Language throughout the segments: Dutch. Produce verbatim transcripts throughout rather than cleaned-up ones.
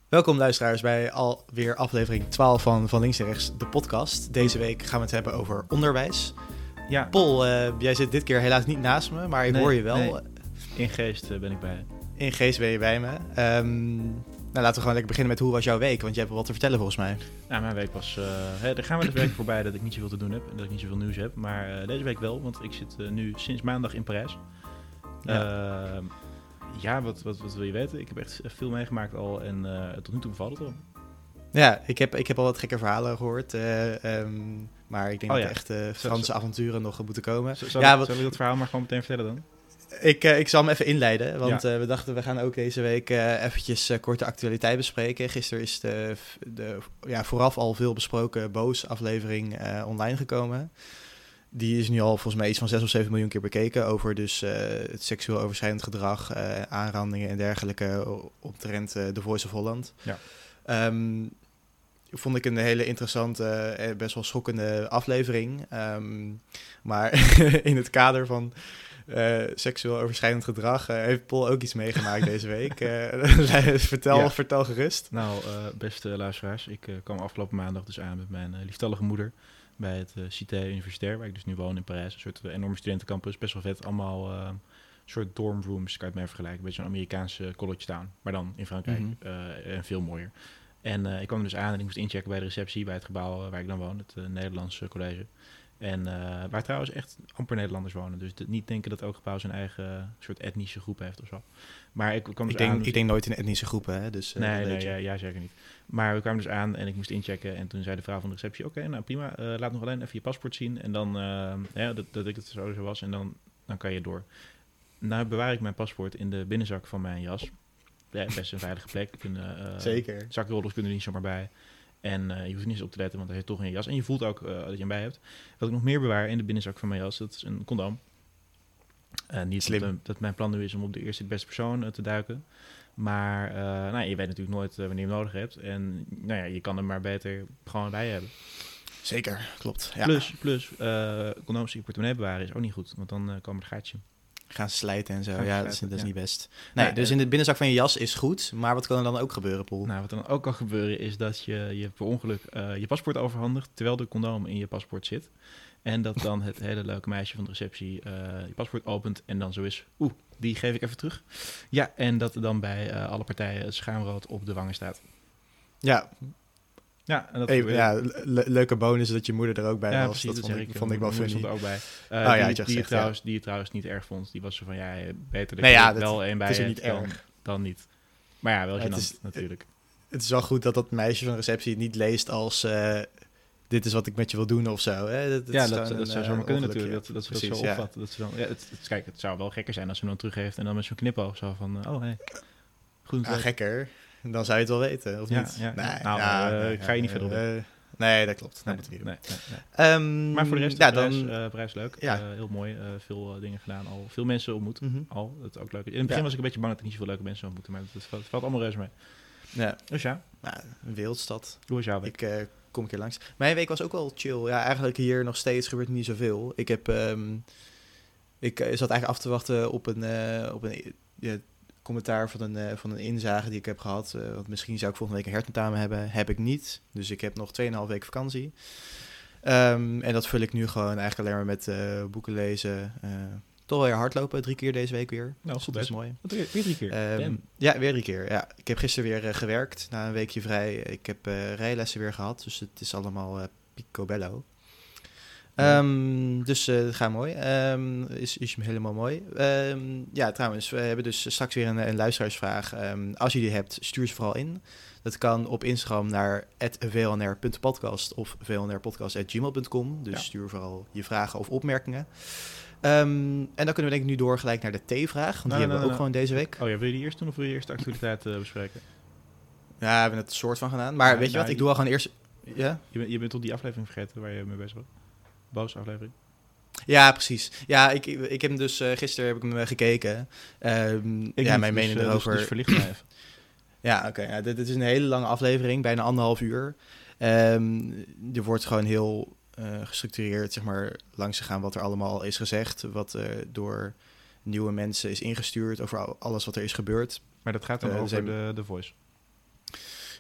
Welkom luisteraars bij alweer aflevering twaalf van Van Links naar Rechts, de podcast. Deze week gaan we het hebben over onderwijs. Ja. Paul, uh, jij zit dit keer helaas niet naast me, maar ik nee, hoor je wel. Nee. In geest uh, ben ik bij je. In geest ben je bij me. Um, nou, laten we gewoon lekker beginnen met hoe was jouw week, want je hebt wel wat te vertellen volgens mij. Nou, mijn week was... Uh, hè, er gaan wel eens weken voorbij dat ik niet zoveel te doen heb en dat ik niet zoveel nieuws heb. Maar uh, deze week wel, want ik zit uh, nu sinds maandag in Parijs. Ja, uh, ja wat, wat, wat wil je weten? Ik heb echt veel meegemaakt al en uh, tot nu toe bevalt het wel. Ja, ik heb, ik heb al wat gekke verhalen gehoord. Uh, um, maar ik denk oh, dat ja. echt uh, Franse zo, avonturen nog moeten komen. Zal, ja, wat, zullen we dat verhaal maar gewoon meteen vertellen dan? Ik, uh, ik zal hem even inleiden, want ja. uh, we dachten we gaan ook deze week uh, eventjes uh, korte actualiteit bespreken. Gisteren is de, de ja, vooraf al veel besproken Boos aflevering uh, online gekomen. Die is nu al volgens mij iets van zes of zeven miljoen keer bekeken over dus uh, het seksueel overschrijdend gedrag, uh, aanrandingen en dergelijke omtrent uh, The Voice of Holland. Ja. Um, vond ik een hele interessante, uh, best wel schokkende aflevering. Um, maar in het kader van uh, seksueel overschrijdend gedrag uh, heeft Paul ook iets meegemaakt deze week. Uh, vertel, ja. vertel gerust. Nou, uh, beste luisteraars, ik uh, kwam afgelopen maandag dus aan met mijn uh, lieftallige moeder bij het uh, Cité Universitair, waar ik dus nu woon in Parijs. Een soort uh, enorme studentencampus, best wel vet. Allemaal uh, soort dormrooms, kan je het mee vergelijken. Een beetje zo'n Amerikaanse college town, maar dan in Frankrijk mm-hmm. uh, en veel mooier. En uh, ik kwam er dus aan en ik moest inchecken bij de receptie bij het gebouw uh, waar ik dan woon, het uh, Nederlandse college. En uh, waar trouwens echt amper Nederlanders wonen. Dus de, niet denken dat elk gebouw zijn eigen uh, soort etnische groep heeft of zo. Maar ik kwam dus ik denk, aan... Ik denk nooit in etnische groepen, hè? Dus, uh, nee, nee ja, ja, zeker niet. Maar we kwamen dus aan en ik moest inchecken. En toen zei de vrouw van de receptie, oké, okay, nou prima, uh, laat nog alleen even je paspoort zien. En dan, uh, ja, dat, dat ik het zo, zo was. En dan, dan kan je door. Nou bewaar ik mijn paspoort in de binnenzak van mijn jas. Ja, best een veilige plek. Kunnen, uh, Zeker. Zakrollers kunnen er niet zomaar bij. En uh, je hoeft niet eens op te letten, want hij zit toch in je jas. En je voelt ook uh, dat je hem bij hebt. Wat ik nog meer bewaar in de binnenzak van mijn jas, dat is een condoom. Uh, niet dat, uh, dat mijn plan nu is om op de eerste beste persoon uh, te duiken. Maar uh, nou, je weet natuurlijk nooit uh, wanneer je hem nodig hebt. En nou ja, je kan hem maar beter gewoon bij je hebben. Zeker, klopt. Ja. Plus, plus uh, condooms in je portemonnee bewaren is ook niet goed. Want dan uh, komen er gaatje. Gaan slijten en zo. Ja, slijten, dat is, dat is ja. niet best. Nee, ja, dus in de binnenzak van je jas is goed. Maar wat kan er dan ook gebeuren, Paul? Nou, wat er dan ook kan gebeuren is dat je, je per ongeluk uh, je paspoort overhandigt terwijl de condoom in je paspoort zit. En dat dan het hele leuke meisje van de receptie uh, je paspoort opent en dan zo is, oeh, die geef ik even terug. Ja, en dat er dan bij uh, alle partijen het schaamrood op de wangen staat. Ja. Ja, en dat hey, ja le- leuke bonus dat je moeder er ook bij ja, was. Precies, dat dat vond ik, ik, vond ik wel funny. Stond er ook bij. Uh, oh, ja, die, die, gezegd, je trouwens, ja. die je trouwens niet erg vond. Die was zo van, ja, beter dat nee, je ja, er wel één bij hebt hebt dan, dan niet. Maar ja, wel gênant het is, natuurlijk. Het is wel goed dat dat meisje van de receptie het niet leest als... Uh, dit is wat ik met je wil doen of zo. Hè? Dat, dat ja, dat, dat een, zou zomaar uh, kunnen natuurlijk. Dat, dat ze Precies, dat zo ja. opvatten. Dat ze dan, ja, het, het, kijk, het zou wel gekker zijn als ze hem dan teruggeeft en dan met zo'n knipoog zo van, uh, oh hey, goed. Ah, gekker. Dan zou je het wel weten, of ja, niet? Ja, nee, nou, ja, uh, nee, ik ga je niet verder op. Uh, nee, dat klopt. Dat nee, moeten we nee, niet doen. Nee, nee, nee. Um, maar voor de rest, ja, prijs, dan... uh, prijs leuk. Ja. Uh, heel mooi. Uh, veel uh, dingen gedaan al. Veel mensen ontmoet. Mm-hmm. Al. Dat is ook leuk. In het begin ja. was ik een beetje bang dat ik niet zoveel leuke mensen zou ontmoeten. Maar het, het, het valt allemaal reuze mee. Ja. Dus ja. Nou, een wereldstad. Hoe is jouw week? Ik uh, kom een keer langs. Mijn week was ook wel chill. Ja, eigenlijk hier nog steeds gebeurt niet zoveel. Ik heb... Um, ik uh, zat eigenlijk af te wachten op een... Uh, op een uh, commentaar van een, uh, van een inzage die ik heb gehad. Uh, want misschien zou ik volgende week een hertentamen hebben. Heb ik niet. Dus ik heb nog twee en een half week vakantie. Um, en dat vul ik nu gewoon eigenlijk alleen maar met uh, boeken lezen. Uh, toch weer hardlopen. Drie keer deze week weer. Nou, dus goed, dat is mooi. Weer, weer drie keer? Um, ja, weer drie keer. Ja. Ik heb gisteren weer uh, gewerkt. Na een weekje vrij. Ik heb uh, rijlessen weer gehad. Dus het is allemaal uh, picobello. Um, dus uh, dat gaat mooi. Um, is, is helemaal mooi. Um, ja, trouwens, we hebben dus straks weer een, een luisteraarsvraag. Um, als je die hebt, stuur ze vooral in. Dat kan op Instagram naar at v l n r punt podcast of v l n r podcast at gmail punt com. Dus ja. Stuur vooral je vragen of opmerkingen. Um, en dan kunnen we denk ik nu door gelijk naar de T-vraag. Want nou, die nou, hebben we nou, ook gewoon deze week. Oh ja, wil je die eerst doen of wil je eerst de actualiteit uh, bespreken? Ja, we hebben het soort van gedaan. Maar ja, weet je nou, wat, ik doe al gewoon eerst... Ja? Je, ben, je bent tot die aflevering vergeten waar je mee bezig was. Boos aflevering. Ja, precies. Ja, ik, ik heb hem dus uh, gisteren heb ik hem uh, gekeken. Um, ik ja, niet, mijn dus, mening uh, erover. Dus, dus verlicht mij even. Ja, oké. Okay, ja, dit, dit is een hele lange aflevering, bijna anderhalf uur. Um, er wordt gewoon heel uh, gestructureerd, zeg maar, langs gegaan wat er allemaal is gezegd, wat uh, door nieuwe mensen is ingestuurd over alles wat er is gebeurd. Maar dat gaat dan uh, over zijn... de, de Voice.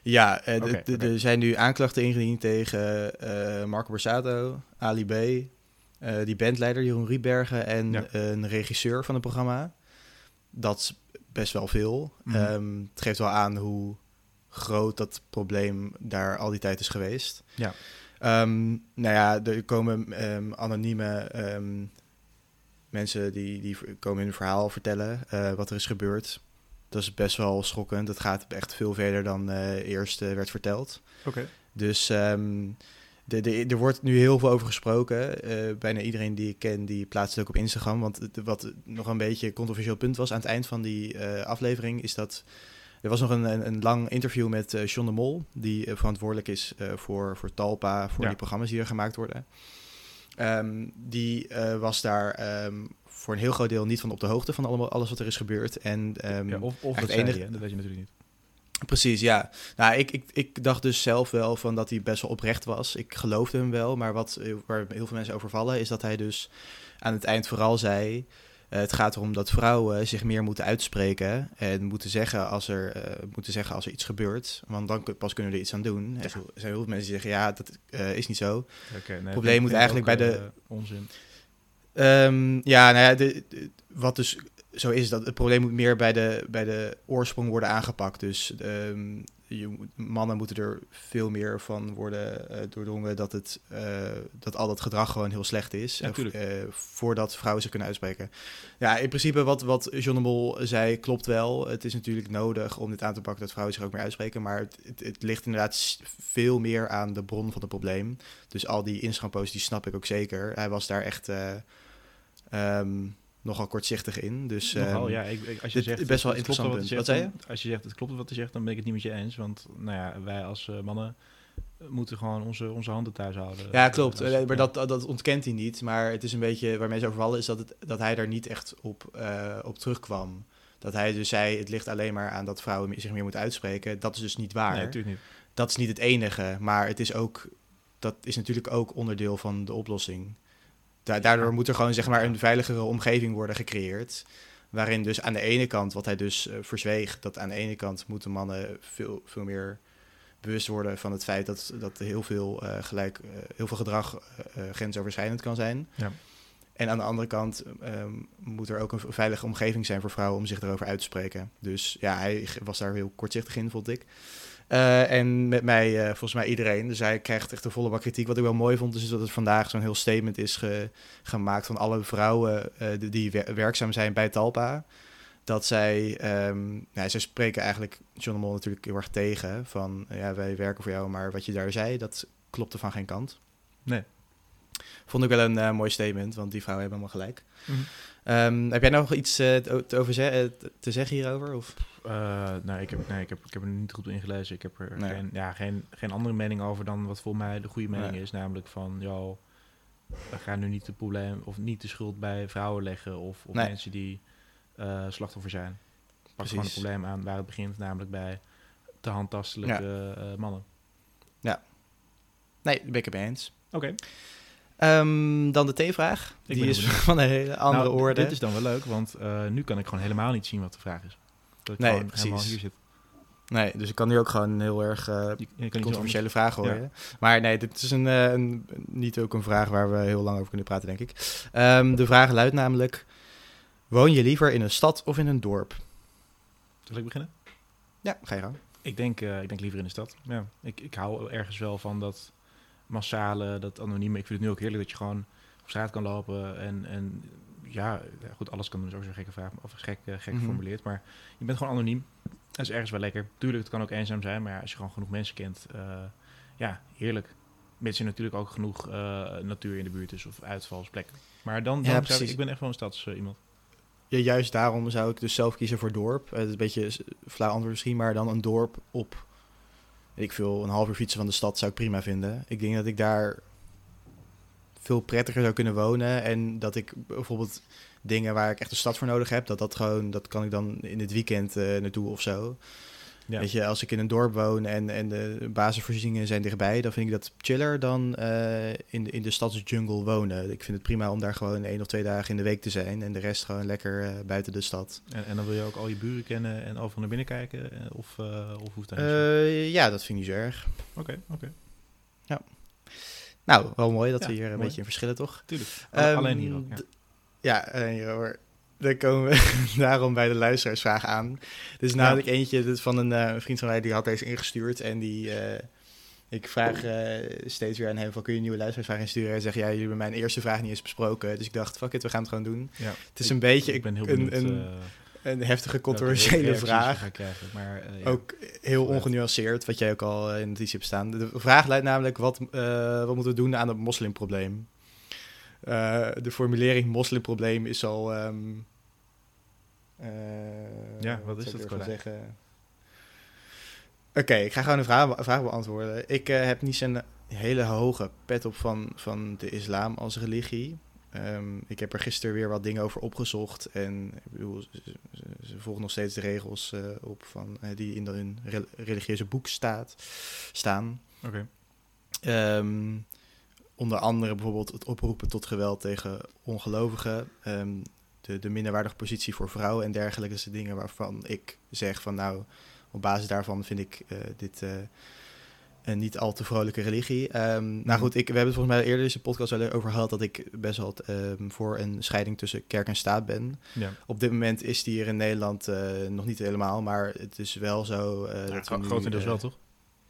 Ja, uh, okay, d- d- okay. Er zijn nu aanklachten ingediend tegen uh, Marco Borsato, Ali B, uh, die bandleider Jeroen Rietbergen en ja. een regisseur van het programma. Dat is best wel veel. Mm-hmm. Um, het geeft wel aan hoe groot dat probleem daar al die tijd is geweest. Ja. Um, nou ja, er komen um, anonieme um, mensen die, die komen hun verhaal vertellen uh, wat er is gebeurd. Dat is best wel schokkend. Het gaat echt veel verder dan uh, eerst uh, werd verteld. Oké. Okay. Dus um, de, de, er wordt nu heel veel over gesproken. Uh, bijna iedereen die ik ken, die plaatst het ook op Instagram. Want het, wat nog een beetje een controversieel punt was aan het eind van die uh, aflevering, is dat er was nog een, een, een lang interview met uh, John de Mol, die uh, verantwoordelijk is uh, voor, voor Talpa, voor ja. die programma's die er gemaakt worden. Um, die uh, was daar um, voor een heel groot deel niet van op de hoogte van allemaal, alles wat er is gebeurd. En, um, ja, of of dat enige... je, dat weet je natuurlijk niet. Precies, ja. Nou, ik, ik, ik dacht dus zelf wel van dat hij best wel oprecht was. Ik geloofde hem wel, maar wat, waar heel veel mensen over vallen, is dat hij dus aan het eind vooral zei, Uh, het gaat erom dat vrouwen zich meer moeten uitspreken en moeten zeggen als er, uh, moeten zeggen als er iets gebeurt. Want dan pas kunnen we er iets aan doen. Ja. Er zijn heel veel mensen die zeggen, ja, dat uh, is niet zo. Okay, nee, het probleem moet eigenlijk ook, bij de... Uh, onzin. Um, ja, nou ja, de, de, wat dus zo is, dat het probleem moet meer bij de, bij de oorsprong worden aangepakt. Dus um, je, mannen moeten er veel meer van worden uh, doordrongen dat, het, uh, dat al dat gedrag gewoon heel slecht is. Ja, uh, voordat vrouwen zich kunnen uitspreken. Ja, in principe wat, wat John de Mol zei klopt wel. Het is natuurlijk nodig om dit aan te pakken dat vrouwen zich ook meer uitspreken. Maar het, het, het ligt inderdaad veel meer aan de bron van het probleem. Dus al die Instagram-posts, die snap ik ook zeker. Hij was daar echt... Uh, um, nogal kortzichtig in. Dus nogal, um, ja. Ik, ik, als je zegt, best wel het, interessant wat, punt. zegt, Wat zei je? Dan, als je zegt het klopt wat je zegt, dan ben ik het niet met je eens. Want nou ja, wij als uh, mannen moeten gewoon onze, onze handen thuis houden. Ja, klopt. Als, maar ja. dat, dat ontkent hij niet. Maar het is een beetje waar mensen over vallen, is dat, het, dat hij daar niet echt op, uh, op terugkwam. Dat hij dus zei, het ligt alleen maar aan dat vrouwen zich meer moeten uitspreken. Dat is dus niet waar. Nee, natuurlijk niet. Dat is niet het enige. Maar het is ook, dat is natuurlijk ook onderdeel van de oplossing. Daardoor ja. moet er gewoon zeg maar een veiligere omgeving worden gecreëerd. Waarin dus aan de ene kant, wat hij dus uh, verzweeg, dat aan de ene kant moeten mannen veel, veel meer bewust worden van het feit dat, dat heel veel uh, gelijk, uh, heel veel gedrag uh, uh, grensoverschrijdend kan zijn. Ja. En aan de andere kant um, moet er ook een veilige omgeving zijn voor vrouwen om zich erover uit te spreken. Dus ja, hij was daar heel kortzichtig in, vond ik. Uh, en met mij, uh, volgens mij iedereen. Dus hij krijgt echt een volle bak kritiek. Wat ik wel mooi vond, is dat het vandaag zo'n heel statement is ge, gemaakt van alle vrouwen uh, die, die wer- werkzaam zijn bij Talpa. Dat zij, um, nou, zij spreken eigenlijk John de Mol natuurlijk heel erg tegen. Van, ja, wij werken voor jou, maar wat je daar zei, dat klopte van geen kant. Nee. Vond ik wel een uh, mooi statement, want die vrouwen hebben allemaal gelijk. Mm-hmm. Um, heb jij nog iets uh, te, over ze- uh, te zeggen hierover? Of? Uh, nou, ik heb, nee, ik heb, ik heb er niet goed in gelezen. Ik heb er nee. geen, ja, geen, geen andere mening over dan wat volgens mij de goede mening nee. is. Namelijk van, joh, we gaan nu niet de probleem of niet de schuld bij vrouwen leggen of, of nee. mensen die uh, slachtoffer zijn. Pak Precies. gewoon het probleem aan waar het begint, namelijk bij te handtastelijke ja. uh, mannen. Ja. Nee, daar ben ik het mee eens. Oké. Okay. Um, dan de T-vraag. Ik Die is van een hele andere nou, orde. Dit is dan wel leuk, want uh, nu kan ik gewoon helemaal niet zien wat de vraag is. Dat ik nee, gewoon precies. helemaal hier zit. Nee, dus ik kan nu ook gewoon heel erg uh, je, je controversiële vragen horen. Ja. Maar nee, dit is een, uh, een, niet ook een vraag waar we heel lang over kunnen praten, denk ik. Um, de vraag luidt namelijk, woon je liever in een stad of in een dorp? Zal ik beginnen? Ja, ga je gang. Ik denk, uh, ik denk liever in de stad. Ja. Ik, ik hou ergens wel van dat massale, dat anonieme. Ik vind het nu ook heerlijk dat je gewoon op straat kan lopen en, en ja, goed, alles kan doen, is ook zo'n gekke vraag, of gek, uh, gek mm-hmm. geformuleerd, maar je bent gewoon anoniem. Dat is ergens wel lekker. Tuurlijk, het kan ook eenzaam zijn, maar ja, als je gewoon genoeg mensen kent, uh, ja, heerlijk. Mits er natuurlijk ook genoeg uh, natuur in de buurt is of uitvalsplekken. Maar dan, dan ja, zou ik, ik ben echt wel een stads uh, iemand. Ja, juist daarom zou ik dus zelf kiezen voor dorp. Het is een beetje flauw antwoord misschien, maar dan een dorp op, weet ik veel, een half uur fietsen van de stad zou ik prima vinden. Ik denk dat ik daar veel prettiger zou kunnen wonen en dat ik bijvoorbeeld dingen waar ik echt een stad voor nodig heb, dat dat gewoon, dat kan ik dan in het weekend uh, naartoe of zo. Ja. Weet je, als ik in een dorp woon en, en de basisvoorzieningen zijn dichtbij, dan vind ik dat chiller dan uh, in, de, in de stadsjungle wonen. Ik vind het prima om daar gewoon één of twee dagen in de week te zijn en de rest gewoon lekker uh, buiten de stad. En, en dan wil je ook al je buren kennen en overal naar binnen kijken? Of, uh, of hoeft dat niet uh, Ja, dat vind ik niet zo erg. Oké, okay, oké. Okay. Ja. Nou, wel mooi dat ja, we hier een mooi. beetje in verschillen, toch? Tuurlijk. Um, alleen hier ook, ja. D- ja, alleen hier hoor. Dan komen we daarom bij de luisteraarsvraag aan. Dus namelijk ja. eentje dit van een uh, vriend van mij, die had deze ingestuurd. En die, uh, ik vraag uh, steeds weer aan hem van, kun je een nieuwe luisteraarsvraag insturen? Hij zegt, ja, jullie hebben mijn eerste vraag niet eens besproken. Dus ik dacht, fuck it, we gaan het gewoon doen. Ja, het is ik, een beetje ik ben heel een, benieuwd, een, uh, een heftige, controversiële vraag. Krijgen, maar, uh, ja. Ook heel ongenuanceerd, wat jij ook al in het iets hebt staan. De vraag luidt namelijk, wat, uh, wat moeten we doen aan het moslimprobleem? Uh, de formulering moslimprobleem is al... Um, uh, ja, wat is dat? Oké, okay, ik ga gewoon een vraag, vraag beantwoorden. Ik uh, heb niet zo'n hele hoge pet op van, van de islam als religie. Um, ik heb er gisteren weer wat dingen over opgezocht. En ik bedoel, ze, ze, ze volgen nog steeds de regels uh, op van, uh, die in hun re- religieuze boek staat, staan. Oké. Okay. Um, onder andere bijvoorbeeld het oproepen tot geweld tegen ongelovigen. Um, de, de minderwaardige positie voor vrouwen en dergelijke. Dat zijn dingen waarvan ik zeg van nou, op basis daarvan vind ik uh, dit uh, een niet al te vrolijke religie. Um, mm. Nou goed, ik, we hebben het volgens mij eerder in deze podcast al over gehad dat ik best wel um, voor een scheiding tussen kerk en staat ben. Ja. Op dit moment is die hier in Nederland uh, nog niet helemaal, maar het is wel zo... Uh, ja, dat gro- grotendeels uh, wel, toch?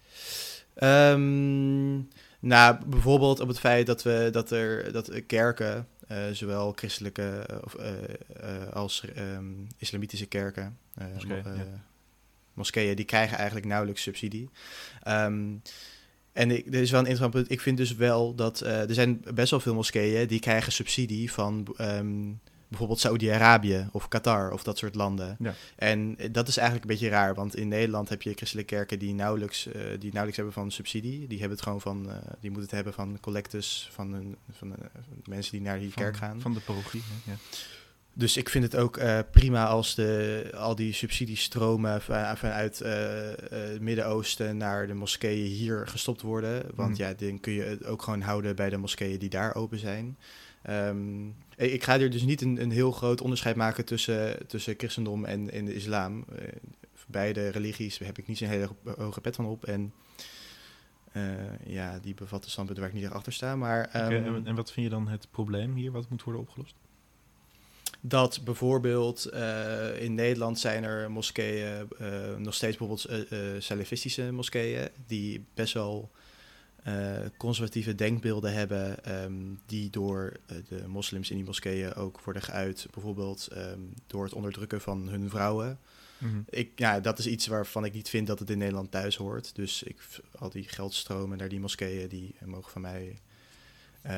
Um, nou, bijvoorbeeld op het feit dat we dat er dat kerken, uh, zowel christelijke uh, of, uh, uh, als um, islamitische kerken, uh, Moskee, uh, ja. moskeeën, die krijgen eigenlijk nauwelijks subsidie. Um, en ik, er is wel een interessant punt. Ik vind dus wel dat uh, er zijn best wel veel moskeeën die krijgen subsidie van um, bijvoorbeeld Saoedi-Arabië of Qatar of dat soort landen. Ja. En dat is eigenlijk een beetje raar, want in Nederland heb je christelijke kerken die nauwelijks, uh, die nauwelijks hebben van subsidie. Die hebben het gewoon van, uh, die moeten het hebben van collectes, van, een, van, uh, van mensen die naar die van, kerk gaan. Van de parochie, ja. Dus ik vind het ook uh, prima als de, al die subsidiestromen van, vanuit uh, uh, het Midden-Oosten naar de moskeeën hier gestopt worden. Want mm. ja, dan kun je het ook gewoon houden bij de moskeeën die daar open zijn. Um, ik ga er dus niet een, een heel groot onderscheid maken tussen, tussen christendom en, en de islam. Uh, beide religies heb ik niet zo'n hele hoge pet van op. En uh, ja, die bevatten standpunten waar ik niet echt achter sta. Maar, um, okay, en, en wat vind je dan het probleem hier? Wat moet worden opgelost? Dat bijvoorbeeld uh, in Nederland zijn er moskeeën, uh, nog steeds bijvoorbeeld uh, uh, salafistische moskeeën, die best wel uh, conservatieve denkbeelden hebben, um, die door uh, de moslims in die moskeeën ook worden geuit, bijvoorbeeld um, door het onderdrukken van hun vrouwen. Mm-hmm. Ik, ja, dat is iets waarvan ik niet vind dat het in Nederland thuis hoort. Dus ik, al die geldstromen naar die moskeeën, die mogen van mij uh,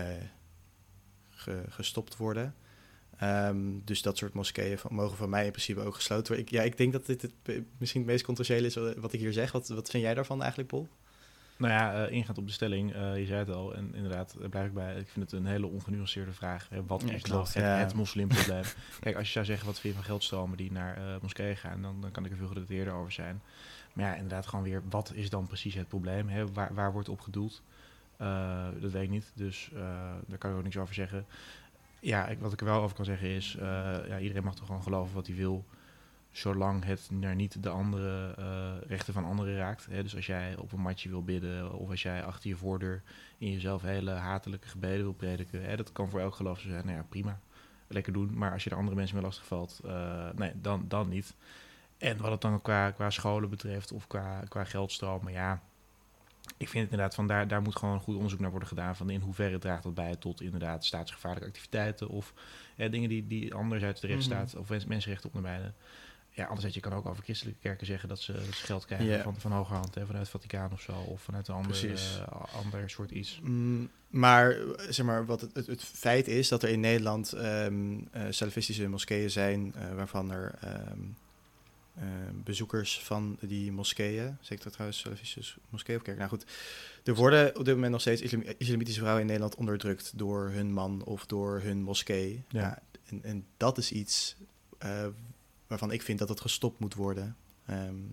ge, gestopt worden. Um, dus dat soort moskeeën van, mogen van mij in principe ook gesloten worden. Ik, ja, ik denk dat dit het, misschien het meest controversiële is wat ik hier zeg. Wat, wat vind jij daarvan eigenlijk, Paul? Nou ja, uh, ingaand op de stelling, uh, je zei het al, en inderdaad, daar blijf ik bij. Ik vind het een hele ongenuanceerde vraag. Hè. Wat ja, is nou het, ja. het moslimprobleem? Kijk, als je zou zeggen, wat vind je van geldstromen die naar uh, moskeeën gaan, dan, dan kan ik er veel gedetailleerder over zijn. Maar ja, inderdaad, gewoon weer, wat is dan precies het probleem? Hè? Waar, waar wordt op gedoeld? Uh, dat weet ik niet, dus uh, daar kan ik ook niks over zeggen. Ja, ik, wat ik er wel over kan zeggen is, uh, ja, iedereen mag toch gewoon geloven wat hij wil, zolang het naar niet de andere uh, rechten van anderen raakt. Hè? Dus als jij op een matje wil bidden, of als jij achter je voordeur in jezelf hele hatelijke gebeden wil prediken, hè? Dat kan voor elk geloof zo zijn. Nou ja, prima, lekker doen. Maar als je de andere mensen mee lastig valt, uh, nee, dan, dan niet. En wat het dan qua, qua scholen betreft, of qua, qua geldstromen, ja, ik vind het inderdaad van daar, daar moet gewoon een goed onderzoek naar worden gedaan van in hoeverre draagt dat bij tot inderdaad staatsgevaarlijke activiteiten of eh, dingen die, die anderzijds de rechtsstaat mm-hmm. of mensenrechten ondermijnen. Ja, anderzijds je kan ook over christelijke kerken zeggen dat ze, dat ze geld krijgen yeah. van, van hogerhand, hè, vanuit het Vaticaan of zo, of vanuit een ander, uh, ander soort iets. Mm, maar zeg maar, wat het, het, het feit is dat er in Nederland um, uh, salafistische moskeeën zijn uh, waarvan er um, Uh, bezoekers van die moskeeën, zeker dat trouwens salafistische moskee of kerk. Nou goed, er worden op dit moment nog steeds islam- islamitische vrouwen in Nederland onderdrukt door hun man of door hun moskee. Ja. Ja, en, en dat is iets uh, waarvan ik vind dat het gestopt moet worden. Um,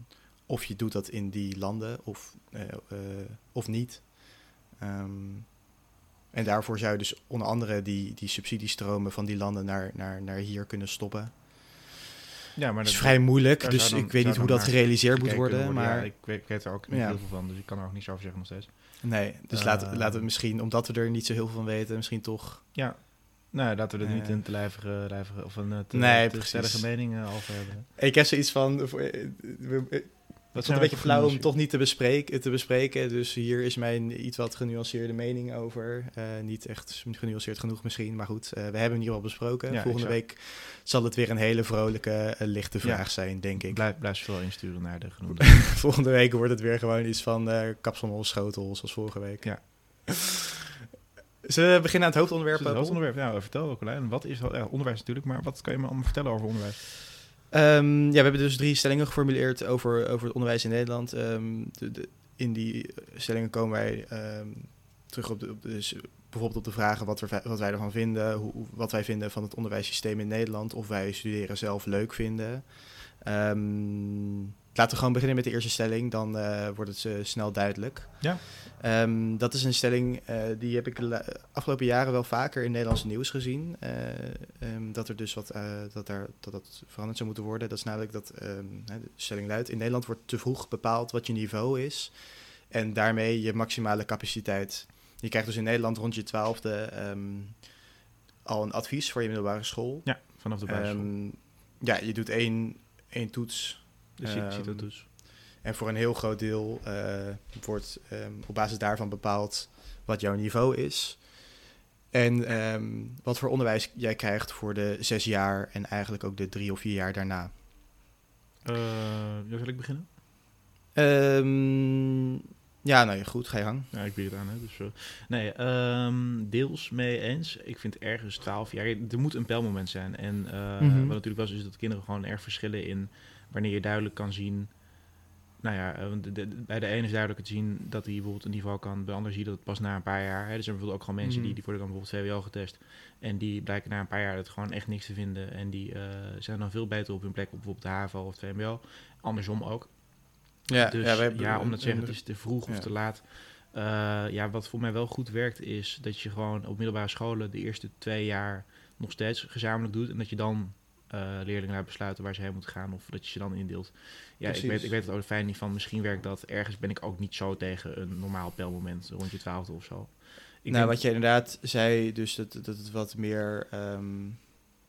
of je doet dat in die landen of, uh, uh, of niet. Um, en daarvoor zou je dus onder andere die, die subsidiestromen van die landen naar, naar, naar hier kunnen stoppen. Ja, maar dat is dat, vrij moeilijk, daar dus zou dan- ik weet zou niet hoe dan dat naar gerealiseerd moet gekeken worden. kunnen Maar Ja, ik, weet, ik weet er ook niet Ja. heel veel van, dus ik kan er ook niets over zeggen nog steeds. nee, dus Uh, laten, laten we misschien, omdat we er niet zo heel veel van weten, misschien toch... Ja, nou, laten we er Eh. niet een te lijvige, lijvige of een eh, te, Nee, te precies. stellige mening uh, over hebben. Ik heb zoiets van... voor- eh, we- Wat Het is een beetje flauw om genoemd? toch niet te bespreken, te bespreken. Dus hier is mijn iets wat genuanceerde mening over. Uh, niet echt genuanceerd genoeg misschien, maar goed. Uh, we hebben hem in ieder geval besproken. Ja, Volgende exact. week zal het weer een hele vrolijke, uh, lichte vraag Ja. zijn, denk ik. Blijf, blijf zoveel insturen naar de genoemde. Volgende week wordt het weer gewoon iets van uh, kapsalon schotel, zoals vorige week. Ja. Zullen we beginnen aan het hoofdonderwerp? Het hoofdonderwerp, ja, vertel ook, Colijn. Wat is ja, onderwijs natuurlijk, maar wat kan je me allemaal vertellen over onderwijs? Um, ja, we hebben dus drie stellingen geformuleerd over, over het onderwijs in Nederland. Um, de, de, in die stellingen komen wij um, terug op, de, op de, dus bijvoorbeeld op de vragen wat, er, wat wij ervan vinden, hoe, wat wij vinden van het onderwijssysteem in Nederland, of wij studeren zelf leuk vinden. Um, laten we gewoon beginnen met de eerste stelling, dan uh, wordt het uh, snel duidelijk. Ja. Um, dat is een stelling, uh, die heb ik de afgelopen jaren wel vaker in Nederlandse nieuws gezien. Uh, um, dat er dus wat, uh, dat, daar, dat dat veranderd zou moeten worden. Dat is namelijk dat, um, de stelling luidt, in Nederland wordt te vroeg bepaald wat je niveau is. En daarmee je maximale capaciteit. Je krijgt dus in Nederland rond je twaalfde um, al een advies voor je middelbare school. Ja, vanaf de basisschool. Um, ja, je doet één, één toets. De Um, CITO-toets. En voor een heel groot deel uh, wordt um, op basis daarvan bepaald wat jouw niveau is. En um, wat voor onderwijs jij krijgt voor de zes jaar en eigenlijk ook de drie of vier jaar daarna. Uh, ja, zal ik beginnen? Um, ja, nou ja, goed, ga je gang. Ja, ik bied het aan. Hè, dus, uh, nee, um, deels mee eens. Ik vind ergens twaalf jaar... Er moet een pijlmoment zijn. En uh, Mm-hmm. wat natuurlijk was, is dat kinderen gewoon erg verschillen in wanneer je duidelijk kan zien... Nou ja, de, de, bij de ene is duidelijk te zien dat hij bijvoorbeeld een niveau kan. Bij de ander zie je dat het pas na een paar jaar. Hè. Er zijn bijvoorbeeld ook gewoon mensen Mm-hmm. die, die worden dan bijvoorbeeld V W O getest. En die blijken na een paar jaar het gewoon echt niks te vinden. En die uh, zijn dan veel beter op hun plek op bijvoorbeeld de H A V O of het V M B O. Andersom ook. Ja, dus ja, we hebben, ja, om dat te zeggen, het is te vroeg ja. of te laat. Uh, ja, wat voor mij wel goed werkt is dat je gewoon op middelbare scholen de eerste twee jaar nog steeds gezamenlijk doet. En dat je dan uh, leerlingen laat besluiten waar ze heen moeten gaan. Of dat je ze dan indeelt. Ja, ik weet, ik weet het ook fijn niet van. Misschien werkt dat. Ergens ben ik ook niet zo tegen een normaal pijlmoment. Rond je twaalfde of zo. Ik nou, denk, wat je inderdaad zei, dus dat, dat het wat meer... Um,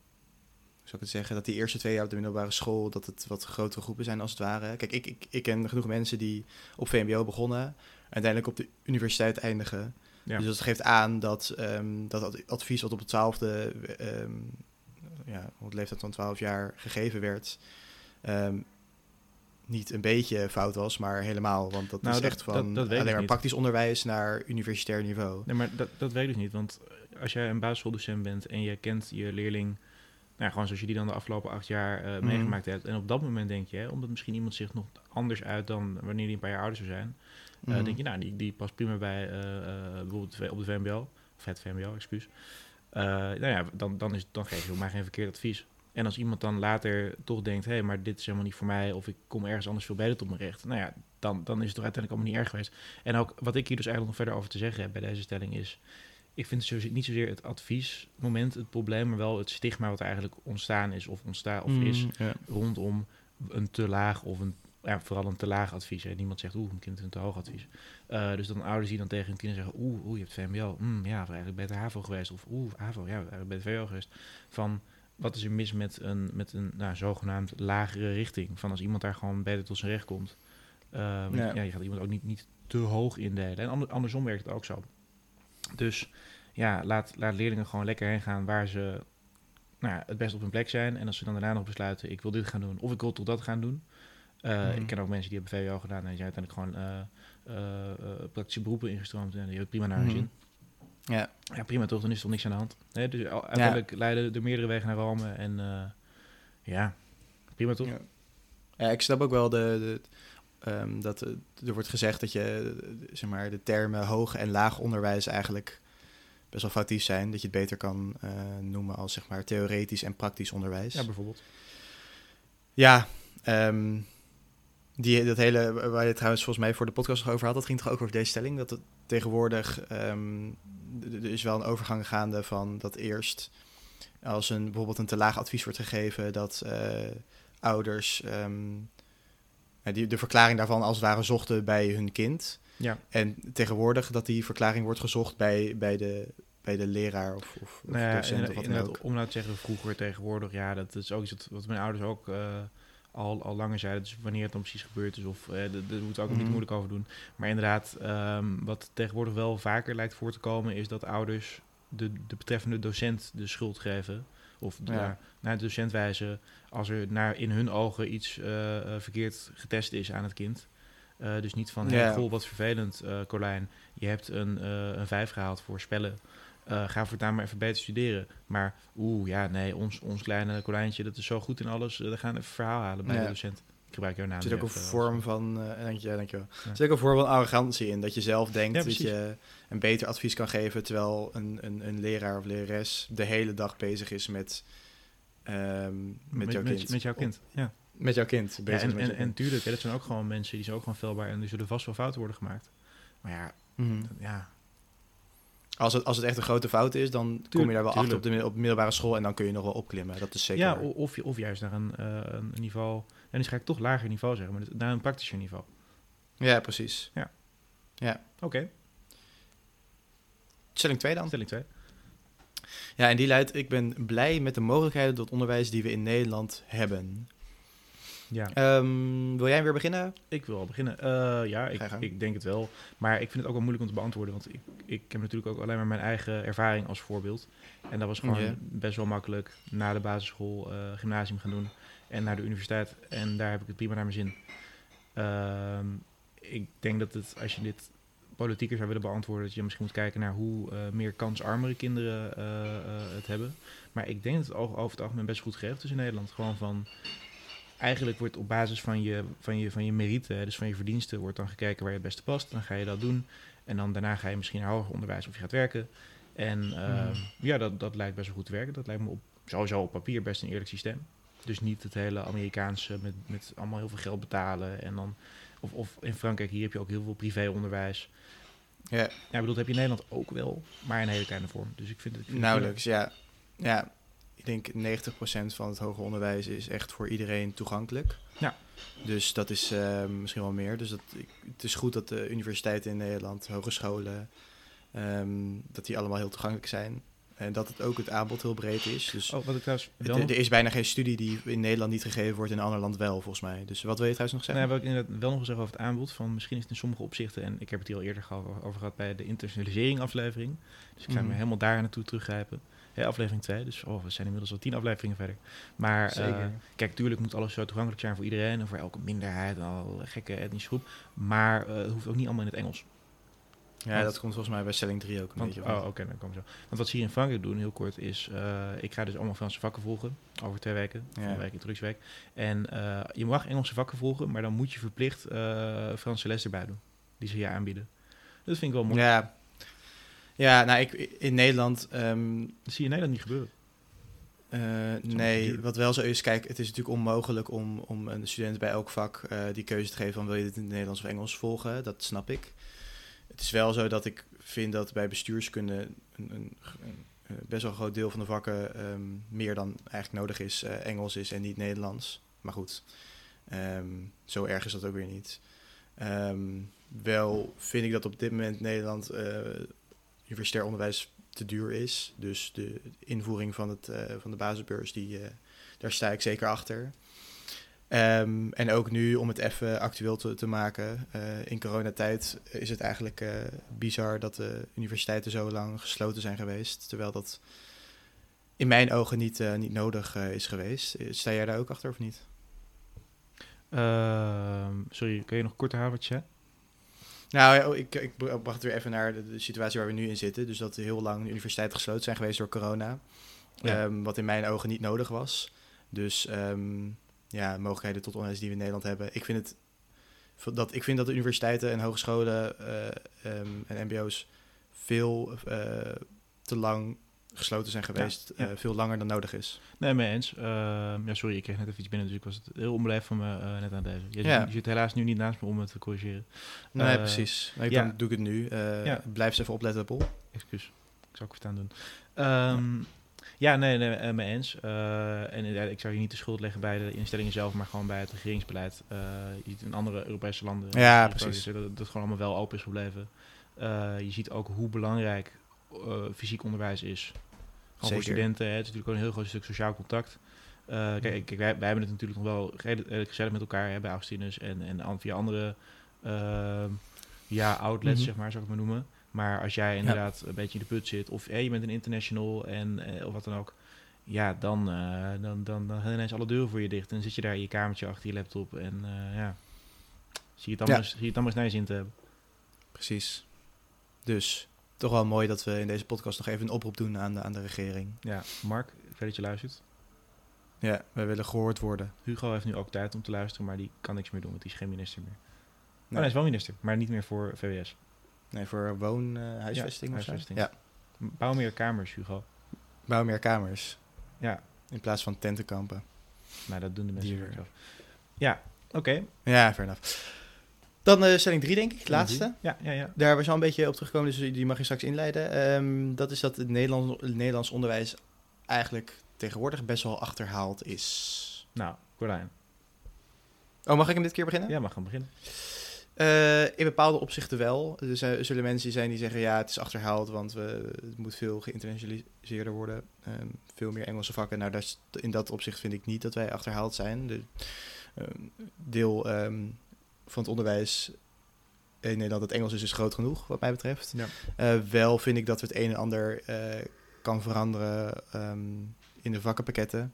zou ik het zeggen, dat die eerste twee jaar op de middelbare school, dat het wat grotere groepen zijn als het ware. Kijk, ik, ik, ik ken genoeg mensen die op V M B O begonnen, uiteindelijk op de universiteit eindigen. ja. Dus dat geeft aan dat um, dat advies wat op het twaalfde, um, ja, op de leeftijd van twaalf jaar gegeven werd, um, niet een beetje fout was, maar helemaal. Want dat Nou, is dat- echt van dat- dat weet ik alleen maar niet. praktisch onderwijs naar universitair niveau. Nee, maar dat, dat weet ik dus niet. Want als jij een basisschooldocent bent en je kent je leerling... Nou, gewoon zoals je die dan de afgelopen acht jaar uh, Mhm. meegemaakt hebt. En op dat moment denk je, hè, omdat misschien iemand zich nog anders uit dan wanneer die een paar jaar ouder zou zijn. Uh, Mhm. denk je, nou, die, die past prima bij uh, uh, bijvoorbeeld op de V M B O. Of het V M B O, excuus. Uh, nou ja, dan, dan, is, dan geef je op mij geen verkeerd advies. En als iemand dan later toch denkt, hé, hey, maar dit is helemaal niet voor mij. Of ik kom ergens anders veel beter tot mijn recht. Nou ja, dan, dan is het toch uiteindelijk allemaal niet erg geweest. En ook wat ik hier dus eigenlijk nog verder over te zeggen heb bij deze stelling is... Ik vind zo, niet zozeer het adviesmoment het probleem, maar wel het stigma wat eigenlijk ontstaan is of ontstaan of is Mm, ja. rondom een te laag of een, ja, vooral een te laag advies. Hè. Niemand zegt, oeh, mijn kind heeft een te hoog advies. Uh, dus dan ouders die dan tegen hun kinderen zeggen, oeh, oeh je hebt V M B O. Mm, ja, of eigenlijk bij de H A V O geweest. Of oeh, H A V O, ja, eigenlijk bij de V W O geweest. Van, wat is er mis met een, met een nou, zogenaamd lagere richting? Van als iemand daar gewoon beter tot zijn recht komt. Uh, Ja. ja, je gaat iemand ook niet, niet te hoog indelen. En ander, andersom werkt het ook zo. Dus ja, laat, laat leerlingen gewoon lekker heen gaan waar ze nou ja, het best op hun plek zijn. En als ze dan daarna nog besluiten, ik wil dit gaan doen of ik wil toch dat gaan doen. Uh, Mhm. Ik ken ook mensen die hebben V W O gedaan en die zijn uiteindelijk gewoon uh, uh, uh, praktische beroepen ingestroomd. En die hebben prima naar hun Mhm. zin. Ja. Ja, prima toch, dan is er toch niks aan de hand. Nee, dus al- uiteindelijk ja. leiden er meerdere wegen naar Rome. En uh, ja, prima toch? Ja. Ja, ik snap ook wel de... de Um, dat uh, er wordt gezegd dat je uh, zeg maar, de termen hoog en laag onderwijs eigenlijk best wel foutief zijn. Dat je het beter kan uh, noemen als zeg maar, theoretisch en praktisch onderwijs. Ja, bijvoorbeeld. Ja, um, Die, dat hele, waar je het trouwens volgens mij voor de podcast nog over had, dat ging toch ook over deze stelling? Dat het tegenwoordig, um, er is wel een overgang gaande van dat eerst, als een, bijvoorbeeld een te laag advies wordt gegeven, dat uh, ouders um, die, de verklaring daarvan als het ware zochten bij hun kind. Ja. En tegenwoordig dat die verklaring wordt gezocht bij, bij, de, bij de leraar of, of, nou ja, of docent en, of wat en dan dat, ook. om nou te zeggen, vroeger, tegenwoordig, ja, dat is ook iets wat, wat mijn ouders ook uh, al, al langer zeiden. Dus wanneer het dan precies gebeurd is, of uh, daar moeten we ook Mm-hmm. niet moeilijk over doen. Maar inderdaad, um, wat tegenwoordig wel vaker lijkt voor te komen, is dat ouders de, de betreffende docent de schuld geven. Of de, Ja. naar, naar de docent wijzen als er naar in hun ogen iets uh, uh, verkeerd getest is aan het kind. Uh, dus niet van, hey, Ja. goh, wat vervelend, uh, Colijn. Je hebt een, uh, een vijf gehaald voor spellen. Uh, ga voortaan maar even beter studeren. Maar oeh, ja, nee, ons, ons kleine Colijntje, dat is zo goed in alles. Uh, we gaan even een verhaal halen bij Ja. de docent. Ik gebruik jouw naam. Er zit ook een even, vorm als, van, uh, dank je, dank je wel. Ja. Er zit ook een vorm van arrogantie in, dat je zelf denkt Ja, dat precies. je een beter advies kan geven, terwijl een, een, een leraar of lerares de hele dag bezig is met, um, met, met jouw kind. Met, met jouw kind, ja. Met jouw kind. Ja, Bezig en, met en, jouw en kind. tuurlijk, hè, dat zijn ook gewoon mensen, die zijn ook gewoon veelbaar en die zullen vast wel fouten worden gemaakt. Maar ja, Mm-hmm. ja, Als het, als het echt een grote fout is, dan Tuurlijk, kom je daar wel tuurlijk. achter op de, op de middelbare school en dan kun je nog wel opklimmen. Dat is zeker ja waar. o- of, of juist naar een, uh, een niveau, en dus ga ik toch lager niveau zeggen, maar naar een praktischer niveau. Ja, precies. Ja. Ja. Oké, okay. Stelling twee dan. Stelling twee. Ja, en die luidt, ik ben blij met de mogelijkheden tot onderwijs die we in Nederland hebben. Ja. Um, wil jij weer beginnen? Ik wil al beginnen. Uh, ja, ik, ik denk het wel. Maar ik vind het ook wel moeilijk om te beantwoorden. Want ik, ik heb natuurlijk ook alleen maar mijn eigen ervaring als voorbeeld. En dat was gewoon yeah. best wel makkelijk na de basisschool uh, gymnasium gaan doen. En naar de universiteit. En daar heb ik het prima naar mijn zin. Uh, ik denk dat het, als je dit politieker zou willen beantwoorden, dat je misschien moet kijken naar hoe uh, meer kansarmere kinderen uh, uh, het hebben. Maar ik denk dat het over het algemeen best goed geregeld is in Nederland. Gewoon van... Eigenlijk wordt op basis van je, van je, van je merite, dus van je verdiensten, wordt dan gekeken waar je het beste past. Dan ga je dat doen. En dan daarna ga je misschien naar hoger onderwijs of je gaat werken. En uh, mm. ja, dat, dat lijkt best wel goed te werken. Dat lijkt me op, sowieso op papier best een eerlijk systeem. Dus niet het hele Amerikaanse met, met allemaal heel veel geld betalen. En dan, of, of in Frankrijk, hier heb je ook heel veel privéonderwijs. Ja. Ja, ik bedoel, dat heb je in Nederland ook wel, maar in een hele kleine vorm. Dus ik vind het... Ik vind Nauwelijks, het ja. Ja. Ik denk negentig procent van het hoger onderwijs is echt voor iedereen toegankelijk. Ja. Dus dat is uh, misschien wel meer. Dus dat, ik, het is goed dat de universiteiten in Nederland, hogescholen, um, dat die allemaal heel toegankelijk zijn. En dat het ook het aanbod heel breed is. Dus oh, wat ik trouwens het, er is bijna geen studie die in Nederland niet gegeven wordt, in een ander land wel, volgens mij. Dus wat wil je trouwens nog zeggen? Nee, wat ik inderdaad wel nog zeggen over het aanbod. Van misschien is het in sommige opzichten, en ik heb het hier al eerder over, over gehad bij de internationalisering aflevering. Dus ik ga mm. me helemaal daar naartoe teruggrijpen. Ja, aflevering twee, dus oh, we zijn inmiddels al tien afleveringen verder. Maar uh, kijk, tuurlijk moet alles zo toegankelijk zijn voor iedereen en voor elke minderheid en al gekke etnische groep. Maar uh, het hoeft ook niet allemaal in het Engels. Ja, want, dat komt volgens mij bij stelling drie ook een want, beetje. Oh, oké, okay, dan komen zo. Want wat ze hier in Frankrijk doen, heel kort, is... Uh, ik ga dus allemaal Franse vakken volgen, over twee weken, ja. een week introductieweek. En uh, je mag Engelse vakken volgen, maar dan moet je verplicht uh, Franse les erbij doen, die ze je aanbieden. Dat vind ik wel mooi. Ja, ja nou, ik, in Nederland... Um, dat zie je in Nederland niet gebeuren. Uh, nee, wat wel zo is, kijk, het is natuurlijk onmogelijk om, om een student bij elk vak uh, die keuze te geven van wil je dit in het Nederlands of Engels volgen, dat snap ik. Het is wel zo dat ik vind dat bij bestuurskunde een, een, een, een best wel een groot deel van de vakken um, meer dan eigenlijk nodig is, uh, Engels is en niet Nederlands. Maar goed, um, zo erg is dat ook weer niet. Um, wel vind ik dat op dit moment Nederland uh, universitair onderwijs te duur is. Dus de invoering van, het, uh, van de basisbeurs, die, uh, daar sta ik zeker achter. Um, en ook nu, om het even actueel te, te maken, uh, in coronatijd is het eigenlijk uh, bizar dat de universiteiten zo lang gesloten zijn geweest. Terwijl dat in mijn ogen niet, uh, niet nodig uh, is geweest. Sta jij daar ook achter of niet? Uh, sorry, kun je nog kort herhalen wat je zei? Nou, ik, ik bracht het weer even naar de, de situatie waar we nu in zitten. Dus dat heel lang de universiteiten gesloten zijn geweest door corona. Ja. Um, wat in mijn ogen niet nodig was. Dus um, ja, mogelijkheden tot onderwijs die we in Nederland hebben. Ik vind, het, dat, ik vind dat de universiteiten en hogescholen uh, um, en mbo's veel uh, te lang gesloten zijn geweest, Ja, ja. Uh, veel langer dan nodig is. Nee, mee eens. Uh, ja, sorry, ik kreeg net even iets binnen, dus ik was het heel onbeleefd van me uh, net aan deze. Je, ja. zit, je zit helaas nu niet naast me om het te corrigeren. Nee, uh, precies. Nee, ja. dan doe ik het nu. Uh, ja. Blijf eens even opletten, Paul. Excuus, ik zou het verstaan doen. Um, ja. ja, nee, nee uh, mee eens. Uh, en uh, ik zou je niet de schuld leggen bij de instellingen zelf, maar gewoon bij het regeringsbeleid. Uh, je ziet in andere Europese landen ja, precies. dat, dat het gewoon allemaal wel open is gebleven. Uh, je ziet ook hoe belangrijk uh, fysiek onderwijs is. Gewoon voor studenten. Hè. Het is natuurlijk ook een heel groot stuk sociaal contact. Uh, kijk, kijk wij, wij hebben het natuurlijk nog wel redelijk gezellig met elkaar hè, bij Augustinus en, en via andere uh, ja, outlets, mm-hmm. zeg maar, zou ik het maar noemen. Maar als jij inderdaad ja. een beetje in de put zit, of hey, je bent een international en uh, of wat dan ook, ja, dan, uh, dan, dan, dan gaan ineens alle deuren voor je dicht. En dan zit je daar in je kamertje achter je laptop en uh, ja, zie je het allemaal ja. eens naar je zin te hebben. Precies. Dus toch wel mooi dat we in deze podcast nog even een oproep doen aan de, aan de regering. Ja, Mark, ik weet dat je luistert. Ja, wij willen gehoord worden. Hugo heeft nu ook tijd om te luisteren, maar die kan niks meer doen, want die is geen minister meer. Nee. Oh, hij is wel minister, maar niet meer voor V W S. Nee, voor woonhuisvesting uh, ja, of huisvesting. Ja. Bouw meer kamers, Hugo. Bouw meer kamers. Ja. In plaats van tentenkampen. Maar dat doen de mensen weer zelf. Ja, oké. Okay. Ja, fair enough. Dan uh, stelling drie, denk ik, het laatste. Ja, ja, ja. Daar was je al een beetje op teruggekomen, dus die mag je straks inleiden. Um, dat is dat het Nederlands, het Nederlands onderwijs eigenlijk tegenwoordig best wel achterhaald is. Nou, Corlijn. Oh, mag ik hem dit keer beginnen? Ja, mag hem beginnen. Uh, in bepaalde opzichten wel. Er zijn, zullen mensen zijn die zeggen, ja, het is achterhaald, want we, het moet veel geïnternationaliseerder worden. Um, veel meer Engelse vakken. Nou, dat is, in dat opzicht vind ik niet dat wij achterhaald zijn. De um, deel um, van het onderwijs in Nederland, het Engels is dus groot genoeg, wat mij betreft. Ja. Uh, wel vind ik dat we het een en ander uh, kan veranderen um, in de vakkenpakketten.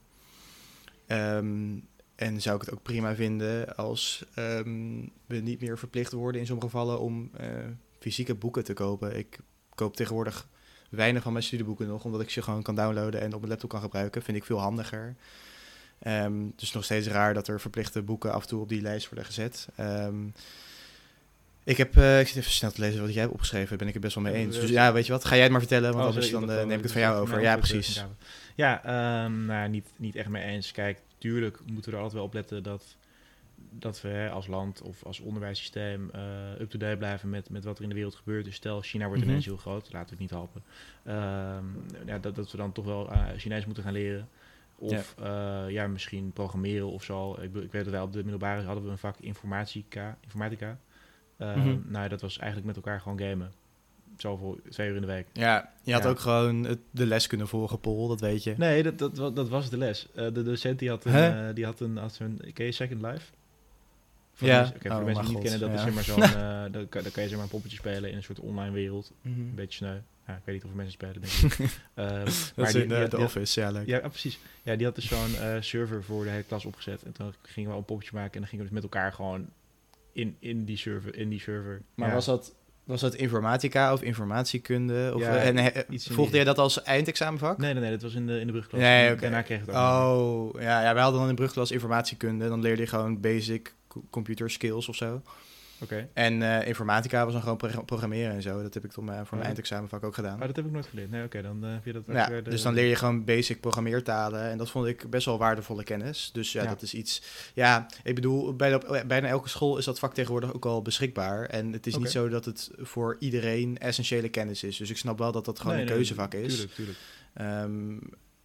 Um, En zou ik het ook prima vinden als um, we niet meer verplicht worden in sommige gevallen om uh, fysieke boeken te kopen. Ik koop tegenwoordig weinig van mijn studieboeken nog, omdat ik ze gewoon kan downloaden en op mijn laptop kan gebruiken. Vind ik veel handiger. Um, het is nog steeds raar dat er verplichte boeken af en toe op die lijst worden gezet. Um, ik heb, uh, ik zit even snel te lezen wat jij hebt opgeschreven, daar ben ik het best wel mee eens. Dus ja, weet je wat, ga jij het maar vertellen, want oh, anders dan uh, neem ik het van jou over. Ja, precies. Ja, um, nou, niet, niet echt mee eens. Kijk, tuurlijk moeten we er altijd wel op letten dat, dat we hè, als land of als onderwijssysteem uh, up-to-date blijven met, met wat er in de wereld gebeurt. Dus stel, China wordt mm-hmm. ineens heel groot, laten we het niet helpen. Um, ja, dat, dat we dan toch wel uh, Chinees moeten gaan leren. Of ja. Uh, ja, misschien programmeren of zo. Ik, ik weet dat wij op de middelbare hadden we een vak informatica. informatica. Uh, mm-hmm. Nou, dat was eigenlijk met elkaar gewoon gamen. Zoveel, twee uur in de week. Ja, je had ja. ook gewoon het, de les kunnen volgen, Paul, dat weet je. Nee, dat, dat, dat was de les. Uh, de docent die had een, huh? uh, die had een, had zo'n, ken je Second Life? Voor ja. Mensen, okay, voor oh, de mensen die God. niet kennen, dat ja. is zeg maar zo'n, uh, dan, kan, dan kan je zeg maar een poppetje spelen in een soort online wereld. Mm-hmm. Een beetje sneu. Ja, ik weet niet of er mensen spelen, denk ik. uh, dat maar is die, in de, die had, de die office, had, ja, leuk. Ja, ah, precies. Ja, die had dus zo'n uh, server voor de hele klas opgezet. En toen gingen we een poppetje maken en dan gingen we dus met elkaar gewoon in, in die server. In die server. Maar ja. was dat... Was dat informatica of informatiekunde? Of, ja, uh, en, uh, iets volgde jij dat als eindexamenvak? Nee, nee, nee, dat was in de, in de brugklas. Nee, oké. Daarna kreeg het ook. Oh, ja, ja, wij hadden dan in brugklas informatiekunde. Dan leerde je gewoon basic computer skills of zo. Oké. Okay. En uh, informatica was dan gewoon pro- programmeren en zo. Dat heb ik toen uh, voor mijn oh, eindexamenvak ook gedaan. Oh, dat heb ik nooit geleerd. Nee, oké, okay, dan uh, heb je dat... Ja, de, dus dan leer je gewoon basic programmeertalen. En dat vond ik best wel waardevolle kennis. Dus ja, ja. dat is iets... Ja, ik bedoel, bijna, bijna elke school is dat vak tegenwoordig ook al beschikbaar. En het is okay. niet zo dat het voor iedereen essentiële kennis is. Dus ik snap wel dat dat gewoon nee, een nee, keuzevak is. Tuurlijk, tuurlijk. Um,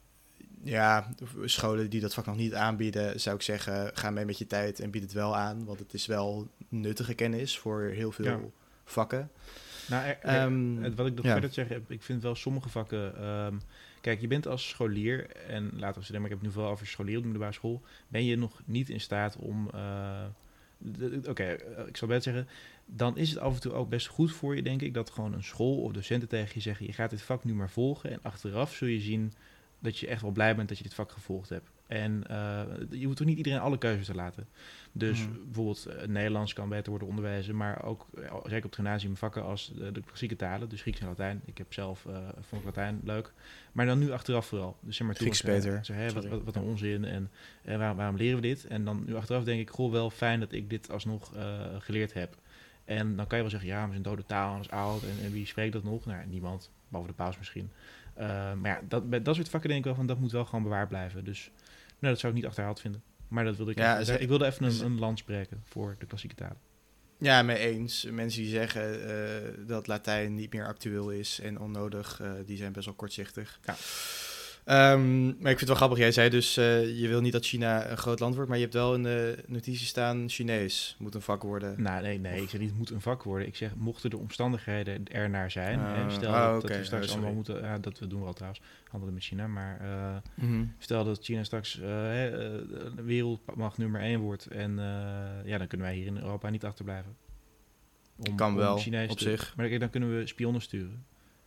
ja, scholen die dat vak nog niet aanbieden, zou ik zeggen, ga mee met je tijd en bied het wel aan. Want het is wel nuttige kennis voor heel veel ja. vakken. Nou, er, er, um, wat ik nog ja. verder zeg, ik vind wel sommige vakken... Um, kijk, je bent als scholier, en laten we zeggen, maar ik heb het nu wel over scholier op de middelbare school, ben je nog niet in staat om... Uh, Oké, okay, ik zal best zeggen, dan is het af en toe ook best goed voor je, denk ik, dat gewoon een school of docenten tegen je zeggen, je gaat dit vak nu maar volgen en achteraf zul je zien dat je echt wel blij bent dat je dit vak gevolgd hebt. En uh, je moet toch niet iedereen alle keuzes te laten. Dus mm. bijvoorbeeld uh, Nederlands kan beter worden onderwezen, maar ook, uh, zeker op het gymnasium, vakken als uh, de klassieke talen, dus Grieks en Latijn. Ik heb zelf, uh, vond ik Latijn leuk. Maar dan nu achteraf vooral. Dus zeg maar Grieks toen, beter. Uh, zeg, hey, wat, wat, wat een onzin en uh, waarom, waarom leren we dit? En dan nu achteraf denk ik, goh, wel fijn dat ik dit alsnog uh, geleerd heb. En dan kan je wel zeggen, ja, we zijn dode taal, dat is oud. En, en wie spreekt dat nog? Nou, niemand, behalve de paus misschien. Uh, maar ja, dat, bij dat soort vakken denk ik wel van, dat moet wel gewoon bewaard blijven. Dus nou, dat zou ik niet achterhaald vinden. Maar dat wilde ik Ja, even, ze- ik wilde even een, een lans breken voor de klassieke talen. Ja, mee eens. Mensen die zeggen uh, dat Latijn niet meer actueel is en onnodig, uh, die zijn best wel kortzichtig. Ja. Um, maar ik vind het wel grappig. Jij zei dus, uh, je wil niet dat China een groot land wordt, maar je hebt wel in de notitie staan, Chinees moet een vak worden. Nou, nee, nee, ik zeg niet het moet een vak worden. Ik zeg, mochten de omstandigheden ernaar zijn, Uh, hè, stel oh, dat, okay. dat we straks oh, allemaal moeten, ja, dat we doen we al trouwens, handelen met China, maar uh, mm-hmm. stel dat China straks uh, uh, wereldmacht nummer één wordt en uh, ja, dan kunnen wij hier in Europa niet achterblijven. Om, kan wel, om Chinees op te, zich. Maar dan, dan kunnen we spionnen sturen.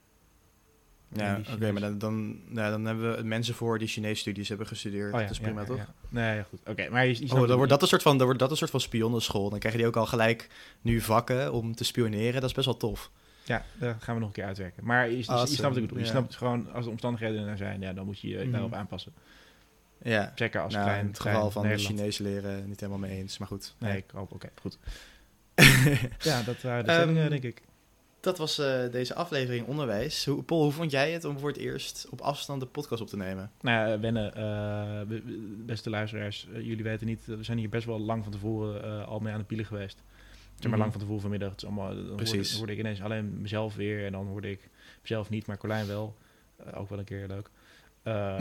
Ja, oké, okay, maar dan, dan, nou, dan hebben we mensen voor die Chinees studies hebben gestudeerd. Oh ja, dat is prima, ja, toch? Ja, ja. Nee, ja, goed. Oké, okay, maar je, je oh, dan wordt dat een soort van, dan wordt dat een soort van spionnenschool. Dan krijgen die ook al gelijk nu vakken om te spioneren. Dat is best wel tof. Ja, daar gaan we nog een keer uitwerken. Maar je, je, awesome. je snapt wat ik bedoel. Je ja. snapt gewoon, als de omstandigheden er zijn, ja, dan moet je je mm. daarop aanpassen. Ja. Zeker als nou, klein, in het geval van Nederland. Chinees leren, niet helemaal mee eens, maar goed. Nee, ja. ik hoop, oké, okay, goed. Ja, dat waren de stellingen, um, denk ik. Dat was uh, deze aflevering onderwijs. Hoe, Paul, hoe vond jij het om voor het eerst op afstand de podcast op te nemen? Nou ja, wennen. Uh, beste luisteraars, uh, jullie weten niet, we zijn hier best wel lang van tevoren uh, al mee aan de pielen geweest. Zeg maar mm. lang van tevoren vanmiddag. Het is allemaal, dan Precies. Hoorde, hoorde ik ineens alleen mezelf weer en dan hoorde ik mezelf niet, maar Carlijn wel. Uh, ook wel een keer leuk. Uh,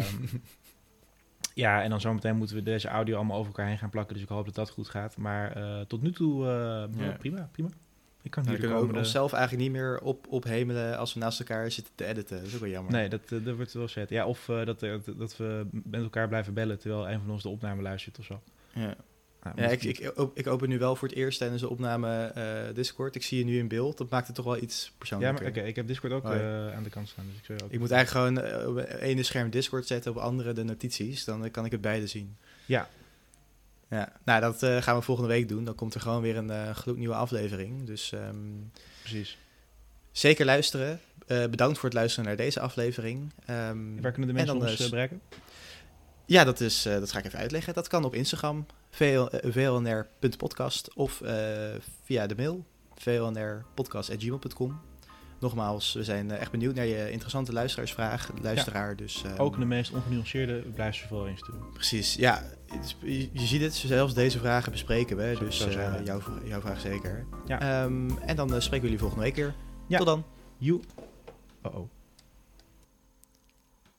ja, en dan zometeen moeten we deze audio allemaal over elkaar heen gaan plakken, dus ik hoop dat dat goed gaat. Maar uh, tot nu toe, uh, ja. prima, prima. Ik kan nou, hier dan kunnen we de... onszelf eigenlijk niet meer op, ophemelen als we naast elkaar zitten te editen. Dat is ook wel jammer. Nee, dat, dat wordt wel vet. Ja, of uh, dat, dat, dat we met elkaar blijven bellen terwijl een van ons de opname luistert of zo. Ja, nou, ja ik, ik, ik open nu wel voor het eerst tijdens de opname uh, Discord. Ik zie je nu in beeld. Dat maakt het toch wel iets persoonlijker. Ja, maar oké, okay, ik heb Discord ook oh, ja. uh, aan de kant staan. Dus ik zou ook ik moet eigenlijk gewoon uh, op het ene scherm Discord zetten, op het andere de notities. Dan uh, kan ik het beide zien. Ja. Ja, nou dat uh, gaan we volgende week doen. Dan komt er gewoon weer een uh, gloednieuwe aflevering. Dus um, precies. Zeker luisteren. Uh, bedankt voor het luisteren naar deze aflevering. Um, Waar kunnen de mensen ons uh, bereiken? Ja, dat, is, uh, dat ga ik even uitleggen. Dat kan op Instagram, v l n r punt podcast of uh, via de mail v l n r podcast at gmail punt com. Nogmaals, we zijn uh, echt benieuwd naar je interessante luisteraarsvraag, luisteraar. Ja, dus, um, ook de meest ongenuanceerde blijf ze vooral insturen. Precies, ja. Je, je ziet het, zelfs deze vragen bespreken we. Zo, dus zo uh, jouw, jouw vraag zeker. Ja. Um, en dan uh, spreken we jullie volgende week weer. Ja. Tot dan. You. Uh-oh.